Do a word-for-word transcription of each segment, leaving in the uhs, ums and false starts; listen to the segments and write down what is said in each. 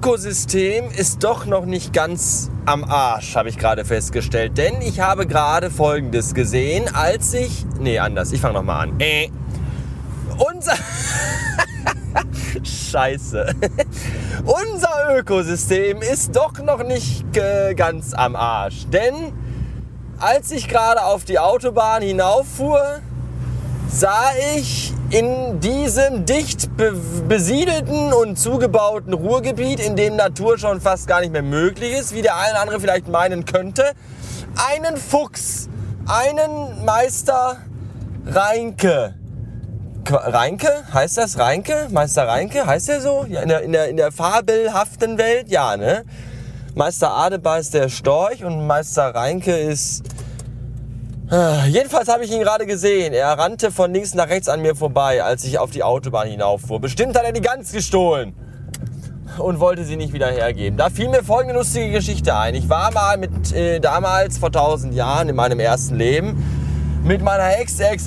Ökosystem ist doch noch nicht ganz am Arsch, habe ich gerade festgestellt. Denn ich habe gerade Folgendes gesehen, als ich... Nee, anders. Ich fange nochmal an. Äh. Unser... Scheiße. Unser Ökosystem ist doch noch nicht äh, ganz am Arsch. Denn als ich gerade auf die Autobahn hinauffuhr, sah ich in diesem dicht be- besiedelten und zugebauten Ruhrgebiet, in dem Natur schon fast gar nicht mehr möglich ist, wie der eine oder andere vielleicht meinen könnte, einen Fuchs, einen Meister Reinke. Reinke? Heißt das Reinke? Meister Reinke? Heißt der so? Ja, in der, in der, in der fabelhaften Welt? Ja, ne? Meister Adebar ist der Storch und Meister Reinke ist... Jedenfalls habe ich ihn gerade gesehen. Er rannte von links nach rechts an mir vorbei, als ich auf die Autobahn hinauffuhr. Bestimmt hat er die Gans gestohlen und wollte sie nicht wieder hergeben. Da fiel mir folgende lustige Geschichte ein. Ich war mal mit äh, damals vor tausend Jahren in meinem ersten Leben mit meiner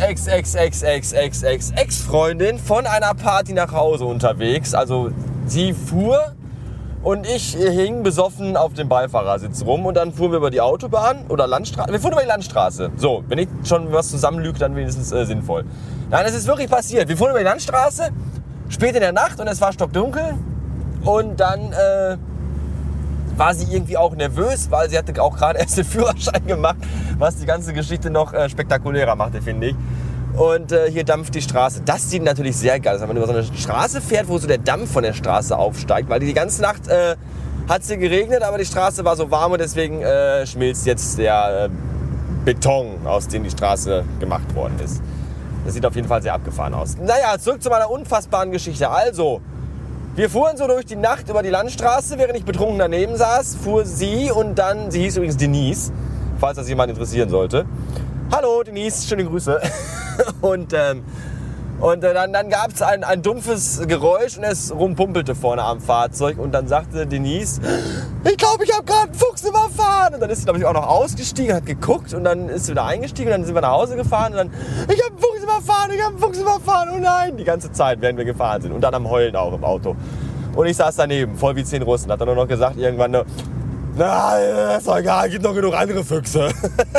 Ex-Ex-Ex-Ex-Ex-Ex-Ex-Ex-Ex-Freundin von einer Party nach Hause unterwegs. Also sie fuhr und ich hing besoffen auf dem Beifahrersitz rum und dann fuhren wir über die Autobahn oder Landstraße. Wir fuhren über die Landstraße. So, wenn ich schon was zusammenlüge, dann wenigstens äh, sinnvoll. Nein, es ist wirklich passiert. Wir fuhren über die Landstraße, spät in der Nacht und es war stockdunkel und dann äh, war sie irgendwie auch nervös, weil sie hatte auch gerade erst den Führerschein gemacht, was die ganze Geschichte noch äh, spektakulärer machte, finde ich. Und äh, hier dampft die Straße. Das sieht natürlich sehr geil aus, wenn man über so eine Straße fährt, wo so der Dampf von der Straße aufsteigt. Weil die, die ganze Nacht äh, hat es geregnet, aber die Straße war so warm und deswegen äh, schmilzt jetzt der äh, Beton, aus dem die Straße gemacht worden ist. Das sieht auf jeden Fall sehr abgefahren aus. Naja, zurück zu meiner unfassbaren Geschichte. Also, wir fuhren so durch die Nacht über die Landstraße, während ich betrunken daneben saß, fuhr sie und dann, sie hieß übrigens Denise, falls das jemand interessieren sollte. Hallo Denise, schöne Grüße. Und, ähm, und äh, dann, dann gab es ein, ein dumpfes Geräusch und es rumpumpelte vorne am Fahrzeug. Und dann sagte Denise, ich glaube, ich habe gerade einen Fuchs überfahren. Und dann ist sie, glaube ich, auch noch ausgestiegen, hat geguckt und dann ist sie wieder eingestiegen. Und dann sind wir nach Hause gefahren und dann, ich habe einen Fuchs überfahren, ich habe einen Fuchs überfahren. Oh nein, die ganze Zeit, während wir gefahren sind. Und dann am Heulen auch im Auto. Und ich saß daneben, voll wie zehn Russen. Hat dann nur noch gesagt, irgendwann, nur, na, ist doch egal, gibt noch genug andere Füchse.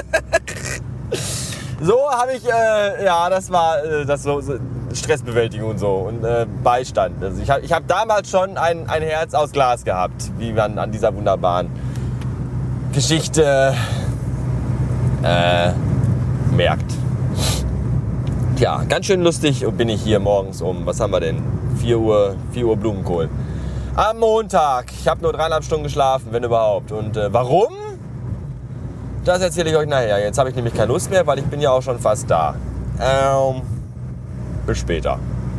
So habe ich, äh, ja, das war äh, das so, so Stressbewältigung und so und äh, Beistand. Also ich habe ich hab damals schon ein, ein Herz aus Glas gehabt, wie man an dieser wunderbaren Geschichte äh, merkt. Tja, ganz schön lustig bin ich hier morgens um, was haben wir denn? vier Uhr Blumenkohl. Am Montag. Ich habe nur dreieinhalb Stunden geschlafen, wenn überhaupt. Und äh, warum? Das erzähle ich euch nachher. Jetzt habe ich nämlich keine Lust mehr, weil ich bin ja auch schon fast da. Ähm, bis später.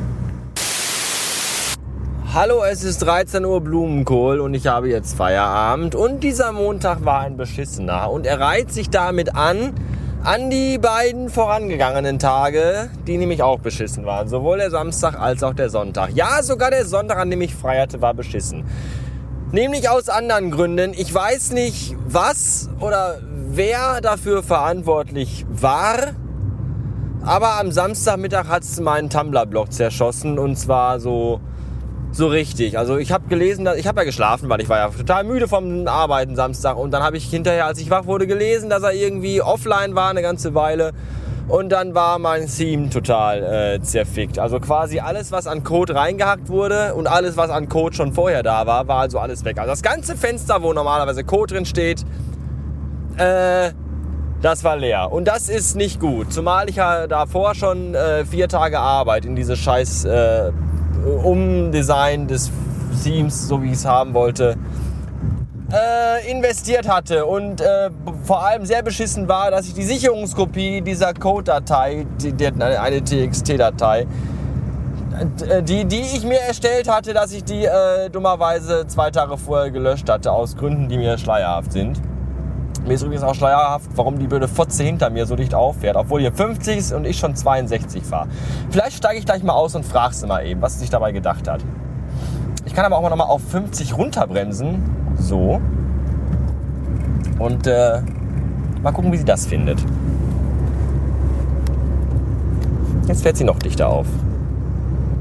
Hallo, es ist dreizehn Uhr Blumenkohl und ich habe jetzt Feierabend. Und dieser Montag war ein beschissener. Und er reiht sich damit an, an die beiden vorangegangenen Tage, die nämlich auch beschissen waren. Sowohl der Samstag als auch der Sonntag. Ja, sogar der Sonntag, an dem ich frei hatte, war beschissen. Nämlich aus anderen Gründen. Ich weiß nicht, was oder wer dafür verantwortlich war, aber am Samstagmittag hat es meinen Tumblr-Blog zerschossen und zwar so, so richtig. Also ich habe gelesen, ich habe ja geschlafen, weil ich war ja total müde vom Arbeiten Samstag und dann habe ich hinterher, als ich wach wurde, gelesen, dass er irgendwie offline war eine ganze Weile und dann war mein Theme total äh, zerfickt. Also quasi alles, was an Code reingehackt wurde und alles, was an Code schon vorher da war, war also alles weg. Also das ganze Fenster, wo normalerweise Code drin steht, Äh, das war leer. Und das ist nicht gut. Zumal ich ja davor schon äh, vier Tage Arbeit in dieses scheiß äh, Umdesign des Themes, so wie ich es haben wollte, äh, investiert hatte. Und äh, vor allem sehr beschissen war, dass ich die Sicherungskopie dieser Code-Datei, die, die, eine T X T-Datei, die, die ich mir erstellt hatte, dass ich die äh, dummerweise zwei Tage vorher gelöscht hatte, aus Gründen, die mir schleierhaft sind. Mir ist übrigens auch schleierhaft, warum die blöde Fotze hinter mir so dicht auffährt, obwohl hier fünfzig ist und ich schon zweiundsechzig fahre. Vielleicht steige ich gleich mal aus und frage sie mal eben, was sie sich dabei gedacht hat. Ich kann aber auch mal noch mal auf fünfzig runterbremsen, so. Und äh, mal gucken, wie sie das findet. Jetzt fährt sie noch dichter auf.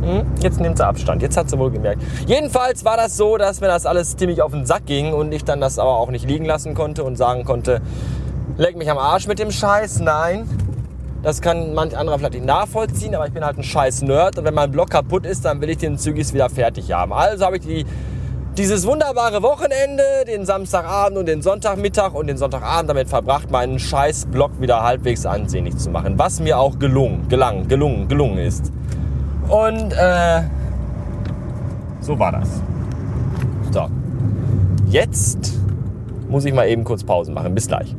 Hm? Jetzt nimmt sie Abstand. Jetzt hat sie wohl gemerkt. Jedenfalls war das so, dass mir das alles ziemlich auf den Sack ging und ich dann das aber auch nicht liegen lassen konnte und sagen konnte, leck mich am Arsch mit dem Scheiß. Nein, das kann manch anderer vielleicht nicht nachvollziehen, aber ich bin halt ein scheiß Nerd und wenn mein Blog kaputt ist, dann will ich den zügig wieder fertig haben. Also habe ich die, dieses wunderbare Wochenende, den Samstagabend und den Sonntagmittag und den Sonntagabend damit verbracht, meinen scheiß Blog wieder halbwegs ansehnlich zu machen, was mir auch gelungen, gelang, gelungen, gelungen ist. Und äh, so war das. So, jetzt muss ich mal eben kurz Pause machen. Bis gleich.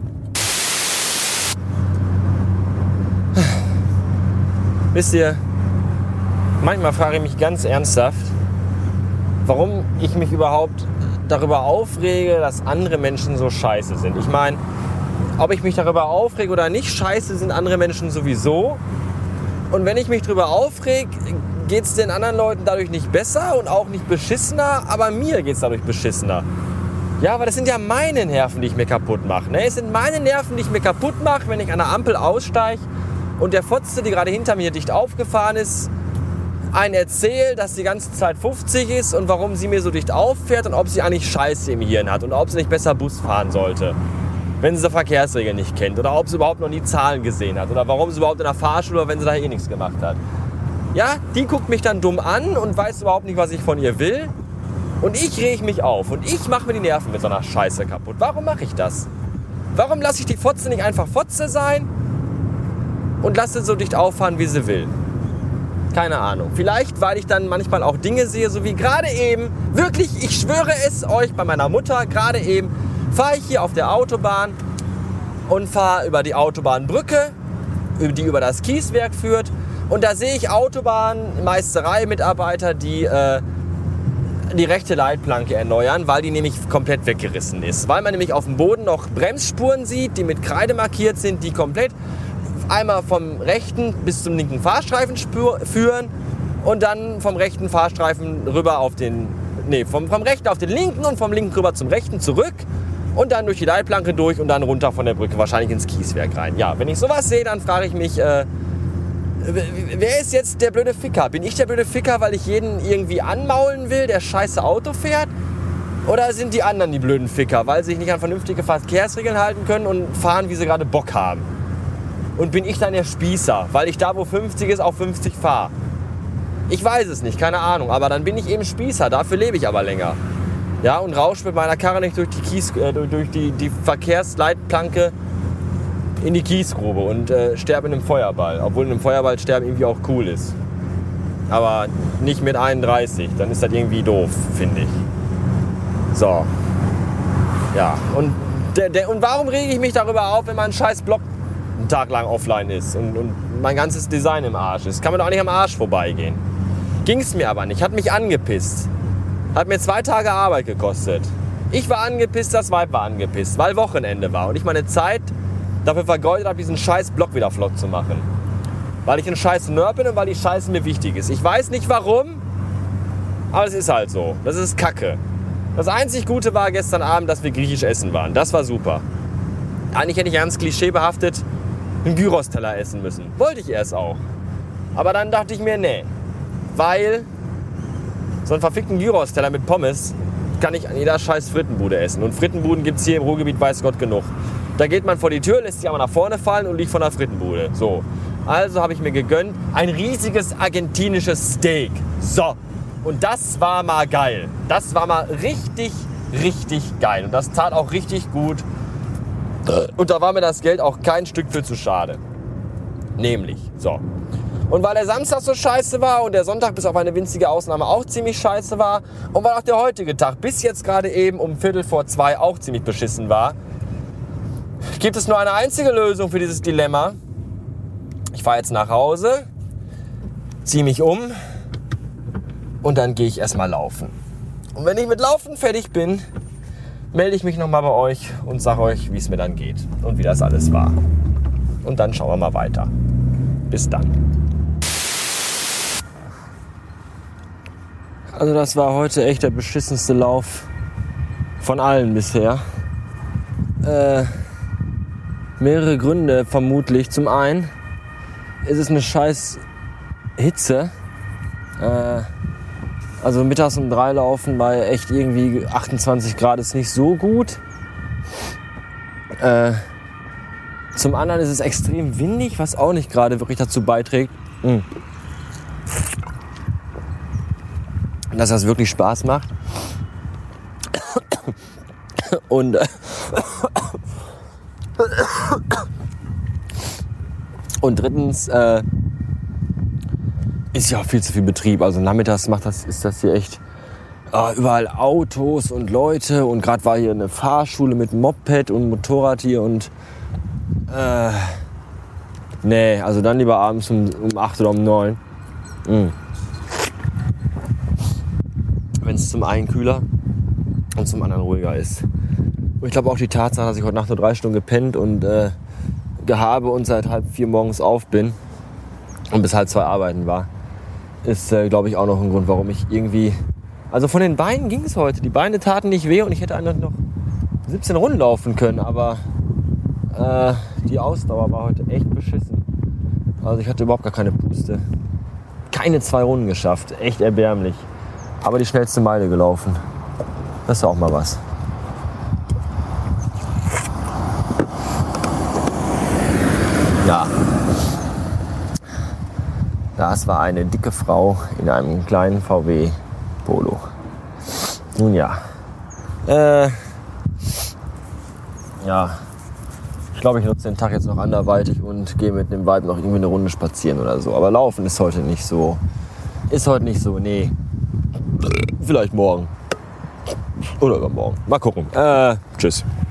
Wisst ihr, manchmal frage ich mich ganz ernsthaft, warum ich mich überhaupt darüber aufrege, dass andere Menschen so scheiße sind. Ich meine, ob ich mich darüber aufrege oder nicht, scheiße sind andere Menschen sowieso. Und wenn ich mich darüber aufrege, geht es den anderen Leuten dadurch nicht besser und auch nicht beschissener, aber mir geht es dadurch beschissener. Ja, aber das sind ja meine Nerven, die ich mir kaputt mache. Ne? Es sind meine Nerven, die ich mir kaputt mache, wenn ich an der Ampel aussteige und der Fotze, die gerade hinter mir dicht aufgefahren ist, einen erzählt, dass die ganze Zeit fünfzig ist und warum sie mir so dicht auffährt und ob sie eigentlich Scheiße im Hirn hat und ob sie nicht besser Bus fahren sollte, wenn sie die Verkehrsregeln nicht kennt oder ob sie überhaupt noch nie Zahlen gesehen hat oder warum sie überhaupt in der Fahrschule oder wenn sie da eh nichts gemacht hat. Ja, die guckt mich dann dumm an und weiß überhaupt nicht, was ich von ihr will und ich reg mich auf und ich mache mir die Nerven mit so einer Scheiße kaputt. Warum mache ich das? Warum lasse ich die Fotze nicht einfach Fotze sein und lasse sie so dicht auffahren, wie sie will? Keine Ahnung. Vielleicht, weil ich dann manchmal auch Dinge sehe, so wie gerade eben, wirklich, ich schwöre es euch bei meiner Mutter, gerade eben fahre ich hier auf der Autobahn und fahre über die Autobahnbrücke, die über das Kieswerk führt. Und da sehe ich Autobahnmeisterei-Mitarbeiter, die äh, die rechte Leitplanke erneuern, weil die nämlich komplett weggerissen ist. Weil man nämlich auf dem Boden noch Bremsspuren sieht, die mit Kreide markiert sind, die komplett einmal vom rechten bis zum linken Fahrstreifen führen und dann vom rechten Fahrstreifen rüber auf den, nee, vom, vom rechten auf den linken und vom linken rüber zum rechten zurück und dann durch die Leitplanke durch und dann runter von der Brücke, wahrscheinlich ins Kieswerk rein. Ja, wenn ich sowas sehe, dann frage ich mich, äh, wer ist jetzt der blöde Ficker? Bin ich der blöde Ficker, weil ich jeden irgendwie anmaulen will, der scheiße Auto fährt? Oder sind die anderen die blöden Ficker, weil sie sich nicht an vernünftige Verkehrsregeln halten können und fahren, wie sie gerade Bock haben? Und bin ich dann der Spießer, weil ich da, wo fünfzig ist, auch fünfzig fahre? Ich weiß es nicht, keine Ahnung, aber dann bin ich eben Spießer, dafür lebe ich aber länger. Ja, und rausche mit meiner Karre nicht durch die, Kies, äh, durch die, die Verkehrsleitplanke in die Kiesgrube und äh, sterbe in einem Feuerball. Obwohl in einem Feuerball sterben irgendwie auch cool ist. Aber nicht mit einunddreißig, dann ist das irgendwie doof, finde ich. So. Ja, und, der, der, und warum rege ich mich darüber auf, wenn mein scheiß Blog einen Tag lang offline ist und, und mein ganzes Design im Arsch ist? Kann man doch auch nicht am Arsch vorbeigehen. Ging es mir aber nicht, hat mich angepisst. Hat mir zwei Tage Arbeit gekostet. Ich war angepisst, das Weib war angepisst, weil Wochenende war und ich meine Zeit dafür vergeudet habe, diesen scheiß Blog wieder flott zu machen. Weil ich ein scheiß Nerd bin und weil die Scheiße mir wichtig ist. Ich weiß nicht warum, aber es ist halt so. Das ist Kacke. Das einzig Gute war gestern Abend, dass wir griechisch essen waren. Das war super. Eigentlich hätte ich ganz klischeebehaftet einen Gyros-Teller essen müssen. Wollte ich erst auch. Aber dann dachte ich mir, nee. Weil so einen verfickten Gyros-Teller mit Pommes kann ich an jeder scheiß Frittenbude essen. Und Frittenbuden gibt es hier im Ruhrgebiet, weiß Gott, genug. Da geht man vor die Tür, lässt sich aber nach vorne fallen und liegt von der Frittenbude. So. Also habe ich mir gegönnt ein riesiges argentinisches Steak. So. Und das war mal geil. Das war mal richtig, richtig geil. Und das tat auch richtig gut. Und da war mir das Geld auch kein Stück für zu schade. Nämlich. So. Und weil der Samstag so scheiße war und der Sonntag bis auf eine winzige Ausnahme auch ziemlich scheiße war und weil auch der heutige Tag bis jetzt gerade eben um Viertel vor zwei auch ziemlich beschissen war, gibt es nur eine einzige Lösung für dieses Dilemma. Ich fahre jetzt nach Hause, ziehe mich um und dann gehe ich erstmal laufen. Und wenn ich mit Laufen fertig bin, melde ich mich nochmal bei euch und sage euch, wie es mir dann geht und wie das alles war. Und dann schauen wir mal weiter. Bis dann. Also das war heute echt der beschissenste Lauf von allen bisher. Äh... Mehrere Gründe vermutlich. Zum einen ist es eine scheiß Hitze. Äh, also mittags um drei laufen bei echt irgendwie achtundzwanzig Grad ist nicht so gut. Äh, zum anderen ist es extrem windig, was auch nicht gerade wirklich dazu beiträgt, mh, dass das wirklich Spaß macht. Und äh, und drittens äh, ist ja auch viel zu viel Betrieb. Also nachmittags macht das, ist das hier echt äh, überall Autos und Leute. Und gerade war hier eine Fahrschule mit Moped und Motorrad hier. Und äh, nee, also dann lieber abends um, um acht oder um neun. Mhm. Wenn es zum einen kühler und zum anderen ruhiger ist. Und ich glaube auch die Tatsache, dass ich heute Nacht nur drei Stunden gepennt und äh, gehabe und seit halb vier morgens auf bin und bis halb zwei arbeiten war, ist, äh, glaube ich, auch noch ein Grund, warum ich irgendwie... Also von den Beinen ging es heute. Die Beine taten nicht weh und ich hätte eigentlich noch siebzehn Runden laufen können, aber äh, die Ausdauer war heute echt beschissen. Also ich hatte überhaupt gar keine Puste. Keine zwei Runden geschafft. Echt erbärmlich. Aber die schnellste Meile gelaufen. Das ist auch mal was. Ja. Das war eine dicke Frau in einem kleinen V W Polo. Nun ja. Äh, ja. Ich glaube, ich nutze den Tag jetzt noch anderweitig und gehe mit dem Vibe noch irgendwie eine Runde spazieren oder so. Aber Laufen ist heute nicht so. Ist heute nicht so, nee. Vielleicht morgen. Oder übermorgen. Mal gucken. Äh, tschüss.